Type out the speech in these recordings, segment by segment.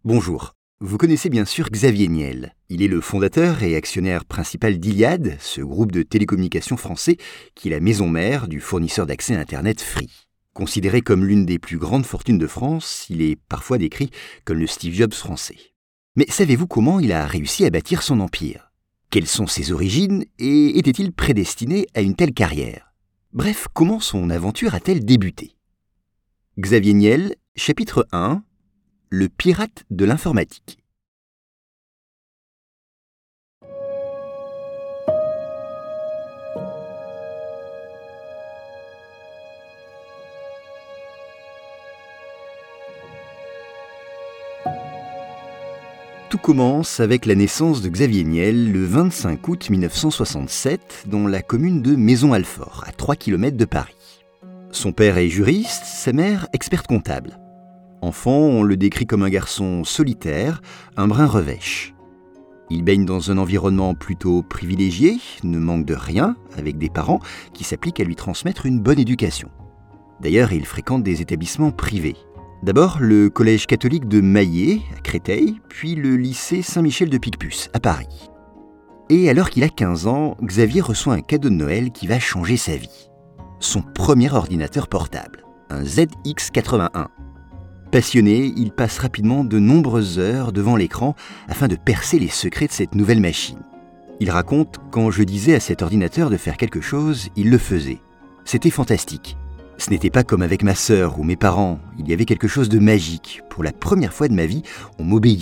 Bonjour. Vous connaissez bien sûr Xavier Niel. Il est le fondateur et actionnaire principal d'Iliad, ce groupe de télécommunications français qui est la maison mère du fournisseur d'accès à Internet Free. Considéré comme l'une des plus grandes fortunes de France, il est parfois décrit comme le Steve Jobs français. Mais savez-vous comment il a réussi à bâtir son empire ? Quelles sont ses origines et était-il prédestiné à une telle carrière ? Bref, comment son aventure a-t-elle débuté ? Xavier Niel, chapitre 1. Le pirate de l'informatique. Tout commence avec la naissance de Xavier Niel le 25 août 1967 dans la commune de Maisons-Alfort, à 3 km de Paris. Son père est juriste, sa mère experte comptable. Enfant, on le décrit comme un garçon solitaire, un brin revêche. Il baigne dans un environnement plutôt privilégié, ne manque de rien, avec des parents qui s'appliquent à lui transmettre une bonne éducation. D'ailleurs, il fréquente des établissements privés. D'abord le collège catholique de Maillé, à Créteil, puis le lycée Saint-Michel de Picpus, à Paris. Et alors qu'il a 15 ans, Xavier reçoit un cadeau de Noël qui va changer sa vie. Son premier ordinateur portable, un ZX81. Passionné, il passe rapidement de nombreuses heures devant l'écran afin de percer les secrets de cette nouvelle machine. Il raconte « Quand je disais à cet ordinateur de faire quelque chose, il le faisait. C'était fantastique. Ce n'était pas comme avec ma sœur ou mes parents, il y avait quelque chose de magique. Pour la première fois de ma vie, on m'obéissait. »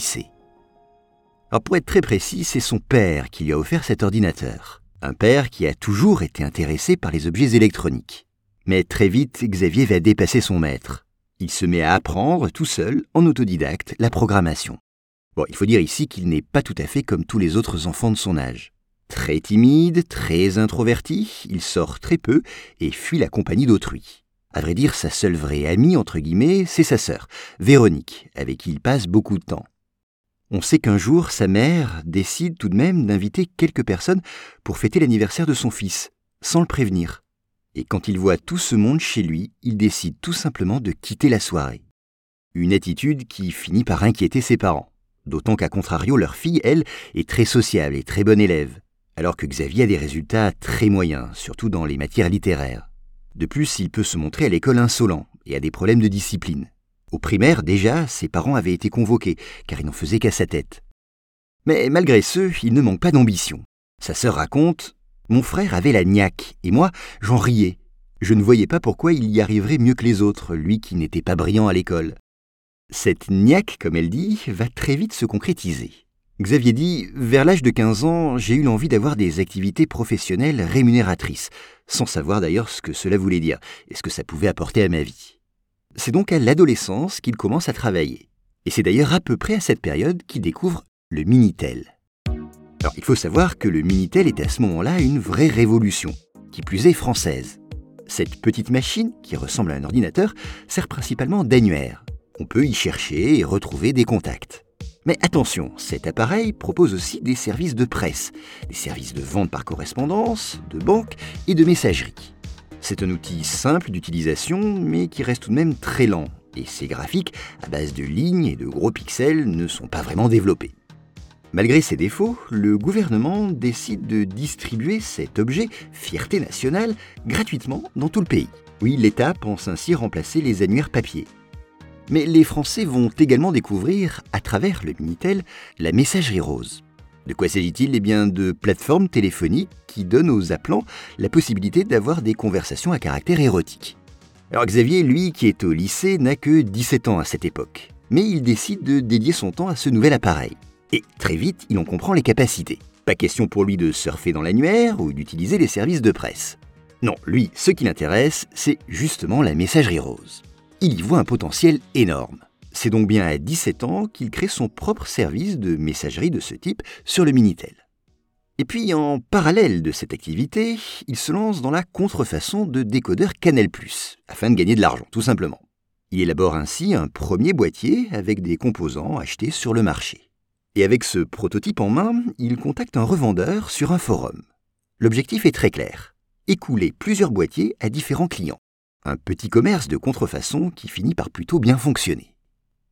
Alors pour être très précis, c'est son père qui lui a offert cet ordinateur. Un père qui a toujours été intéressé par les objets électroniques. Mais très vite, Xavier va dépasser son maître. Il se met à apprendre tout seul, en autodidacte, la programmation. Bon, il faut dire ici qu'il n'est pas tout à fait comme tous les autres enfants de son âge. Très timide, très introverti, il sort très peu et fuit la compagnie d'autrui. À vrai dire, sa seule vraie amie, entre guillemets, c'est sa sœur, Véronique, avec qui il passe beaucoup de temps. On sait qu'un jour, sa mère décide tout de même d'inviter quelques personnes pour fêter l'anniversaire de son fils, sans le prévenir. Et quand il voit tout ce monde chez lui, il décide tout simplement de quitter la soirée. Une attitude qui finit par inquiéter ses parents. D'autant qu'à contrario, leur fille, elle, est très sociable et très bonne élève, alors que Xavier a des résultats très moyens, surtout dans les matières littéraires. De plus, il peut se montrer à l'école insolent et a des problèmes de discipline. Au primaire, déjà, ses parents avaient été convoqués, car ils n'en faisaient qu'à sa tête. Mais malgré ce, il ne manque pas d'ambition. Sa sœur raconte « Mon frère avait la niaque, et moi, j'en riais. Je ne voyais pas pourquoi il y arriverait mieux que les autres, lui qui n'était pas brillant à l'école. » Cette niaque, comme elle dit, va très vite se concrétiser. Xavier dit « Vers l'âge de 15 ans, j'ai eu l'envie d'avoir des activités professionnelles rémunératrices, sans savoir d'ailleurs ce que cela voulait dire et ce que ça pouvait apporter à ma vie. » C'est donc à l'adolescence qu'il commence à travailler. Et c'est d'ailleurs à peu près à cette période qu'il découvre le Minitel. Alors, il faut savoir que le Minitel est à ce moment-là une vraie révolution, qui plus est française. Cette petite machine, qui ressemble à un ordinateur, sert principalement d'annuaire. On peut y chercher et retrouver des contacts. Mais attention, cet appareil propose aussi des services de presse, des services de vente par correspondance, de banque et de messagerie. C'est un outil simple d'utilisation, mais qui reste tout de même très lent, et ses graphiques, à base de lignes et de gros pixels, ne sont pas vraiment développés. Malgré ses défauts, le gouvernement décide de distribuer cet objet, fierté nationale, gratuitement dans tout le pays. Oui, l'État pense ainsi remplacer les annuaires papier. Mais les Français vont également découvrir, à travers le Minitel, la messagerie rose. De quoi s'agit-il ? Eh bien, de plateformes téléphoniques qui donnent aux appelants la possibilité d'avoir des conversations à caractère érotique. Alors Xavier, lui, qui est au lycée, n'a que 17 ans à cette époque. Mais il décide de dédier son temps à ce nouvel appareil. Et très vite, il en comprend les capacités. Pas question pour lui de surfer dans l'annuaire ou d'utiliser les services de presse. Non, lui, ce qui l'intéresse, c'est justement la messagerie rose. Il y voit un potentiel énorme. C'est donc bien à 17 ans qu'il crée son propre service de messagerie de ce type sur le Minitel. Et puis, en parallèle de cette activité, il se lance dans la contrefaçon de décodeurs Canal+, afin de gagner de l'argent, tout simplement. Il élabore ainsi un premier boîtier avec des composants achetés sur le marché. Et avec ce prototype en main, il contacte un revendeur sur un forum. L'objectif est très clair, écouler plusieurs boîtiers à différents clients. Un petit commerce de contrefaçon qui finit par plutôt bien fonctionner.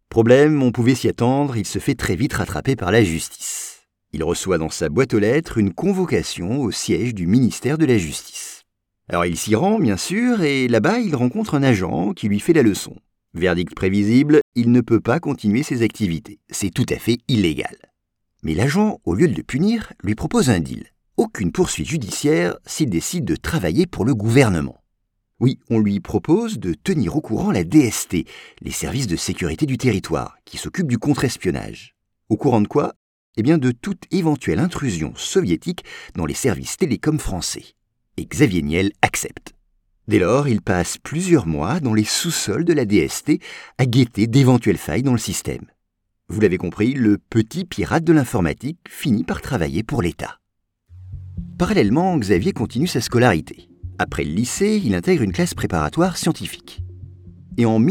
Problème, on pouvait s'y attendre, il se fait très vite rattraper par la justice. Il reçoit dans sa boîte aux lettres une convocation au siège du ministère de la Justice. Alors il s'y rend, bien sûr, et là-bas, il rencontre un agent qui lui fait la leçon. Verdict prévisible, il ne peut pas continuer ses activités. C'est tout à fait illégal. Mais l'agent, au lieu de le punir, lui propose un deal. Aucune poursuite judiciaire s'il décide de travailler pour le gouvernement. Oui, on lui propose de tenir au courant la DST, les services de sécurité du territoire, qui s'occupent du contre-espionnage. Au courant de quoi ? Eh bien de toute éventuelle intrusion soviétique dans les services télécoms français. Et Xavier Niel accepte. Dès lors, il passe plusieurs mois dans les sous-sols de la DST à guetter d'éventuelles failles dans le système. Vous l'avez compris, le petit pirate de l'informatique finit par travailler pour l'État. Parallèlement, Xavier continue sa scolarité. Après le lycée, il intègre une classe préparatoire scientifique. Et en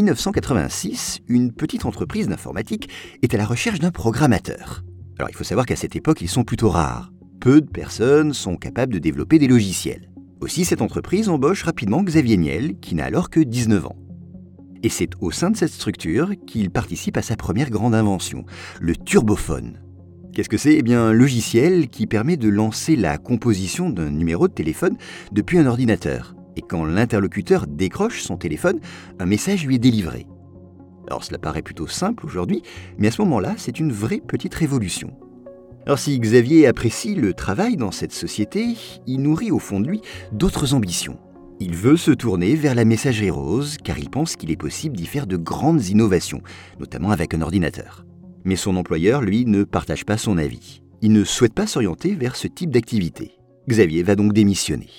1986, une petite entreprise d'informatique est à la recherche d'un programmateur. Alors il faut savoir qu'à cette époque, ils sont plutôt rares. Peu de personnes sont capables de développer des logiciels. Aussi, cette entreprise embauche rapidement Xavier Niel, qui n'a alors que 19 ans. Et c'est au sein de cette structure qu'il participe à sa première grande invention, le turbophone. Qu'est-ce que c'est ? Eh bien, un logiciel qui permet de lancer la composition d'un numéro de téléphone depuis un ordinateur. Et quand l'interlocuteur décroche son téléphone, un message lui est délivré. Alors cela paraît plutôt simple aujourd'hui, mais à ce moment-là, c'est une vraie petite révolution. Alors si Xavier apprécie le travail dans cette société, il nourrit au fond de lui d'autres ambitions. Il veut se tourner vers la messagerie rose car il pense qu'il est possible d'y faire de grandes innovations, notamment avec un ordinateur. Mais son employeur, lui, ne partage pas son avis. Il ne souhaite pas s'orienter vers ce type d'activité. Xavier va donc démissionner.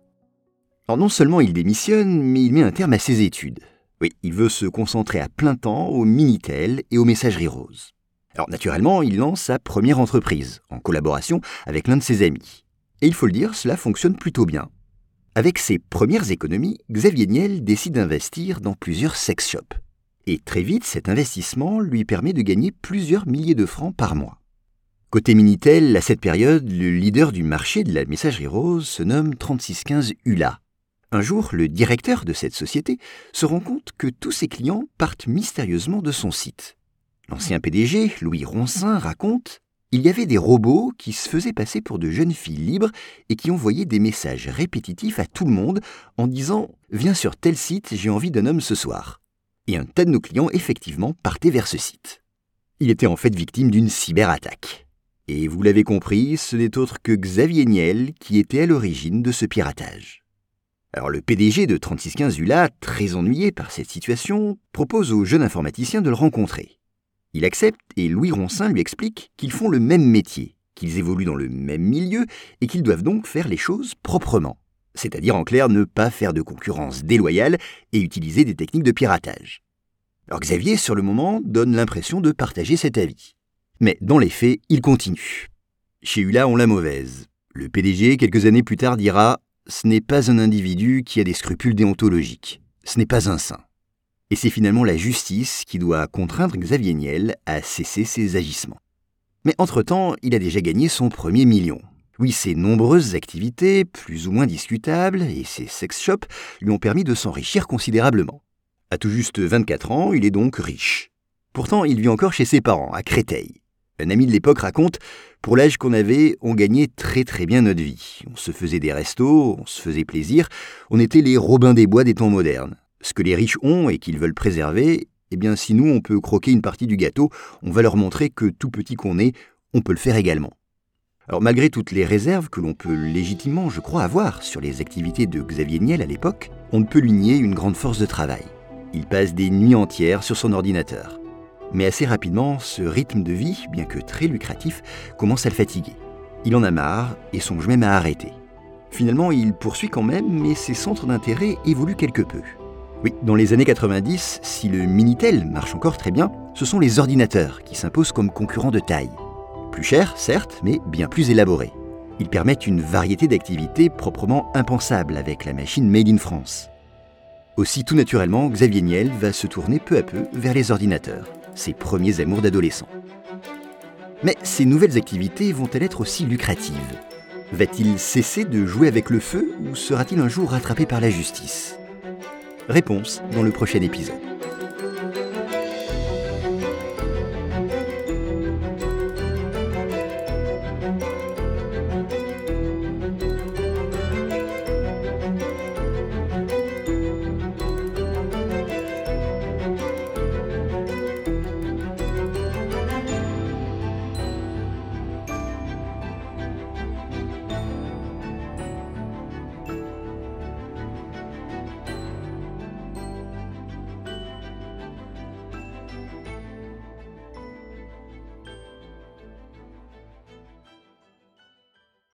Alors non seulement il démissionne, mais il met un terme à ses études. Oui, il veut se concentrer à plein temps au Minitel et aux messageries roses. Alors naturellement, il lance sa première entreprise, en collaboration avec l'un de ses amis. Et il faut le dire, cela fonctionne plutôt bien. Avec ses premières économies, Xavier Niel décide d'investir dans plusieurs sex shops. Et très vite, cet investissement lui permet de gagner plusieurs milliers de francs par mois. Côté Minitel, à cette période, le leader du marché de la messagerie rose se nomme 3615 ULA. Un jour, le directeur de cette société se rend compte que tous ses clients partent mystérieusement de son site. L'ancien PDG, Louis Ronsin, raconte « Il y avait des robots qui se faisaient passer pour de jeunes filles libres et qui envoyaient des messages répétitifs à tout le monde en disant « Viens sur tel site, j'ai envie d'un homme ce soir ». Et un tas de nos clients, effectivement, partaient vers ce site. Il était en fait victime d'une cyberattaque. Et vous l'avez compris, ce n'est autre que Xavier Niel qui était à l'origine de ce piratage. Alors le PDG de 3615 ULA, très ennuyé par cette situation, propose au jeune informaticien de le rencontrer. Il accepte et Louis Ronsin lui explique qu'ils font le même métier, qu'ils évoluent dans le même milieu et qu'ils doivent donc faire les choses proprement. C'est-à-dire en clair ne pas faire de concurrence déloyale et utiliser des techniques de piratage. Alors Xavier, sur le moment, donne l'impression de partager cet avis. Mais dans les faits, il continue. Chez ULA, on l'a mauvaise. Le PDG, quelques années plus tard, dira « Ce n'est pas un individu qui a des scrupules déontologiques. Ce n'est pas un saint. » Et c'est finalement la justice qui doit contraindre Xavier Niel à cesser ses agissements. Mais entre-temps, il a déjà gagné son premier million. Oui, ses nombreuses activités, plus ou moins discutables, et ses sex shops lui ont permis de s'enrichir considérablement. À tout juste 24 ans, il est donc riche. Pourtant, il vit encore chez ses parents, à Créteil. Un ami de l'époque raconte « Pour l'âge qu'on avait, on gagnait très très bien notre vie. On se faisait des restos, on se faisait plaisir, on était les Robins des Bois des temps modernes. Ce que les riches ont et qu'ils veulent préserver, eh bien si nous on peut croquer une partie du gâteau, on va leur montrer que tout petit qu'on est, on peut le faire également. » Alors malgré toutes les réserves que l'on peut légitimement, je crois, avoir sur les activités de Xavier Niel à l'époque, on ne peut lui nier une grande force de travail. Il passe des nuits entières sur son ordinateur. Mais assez rapidement, ce rythme de vie, bien que très lucratif, commence à le fatiguer. Il en a marre et songe même à arrêter. Finalement, il poursuit quand même, mais ses centres d'intérêt évoluent quelque peu. Oui, dans les années 90, si le Minitel marche encore très bien, ce sont les ordinateurs qui s'imposent comme concurrents de taille. Plus chers, certes, mais bien plus élaborés. Ils permettent une variété d'activités proprement impensables avec la machine Made in France. Aussi, tout naturellement, Xavier Niel va se tourner peu à peu vers les ordinateurs, ses premiers amours d'adolescent. Mais ces nouvelles activités vont-elles être aussi lucratives ? Va-t-il cesser de jouer avec le feu ou sera-t-il un jour rattrapé par la justice ? Réponse dans le prochain épisode.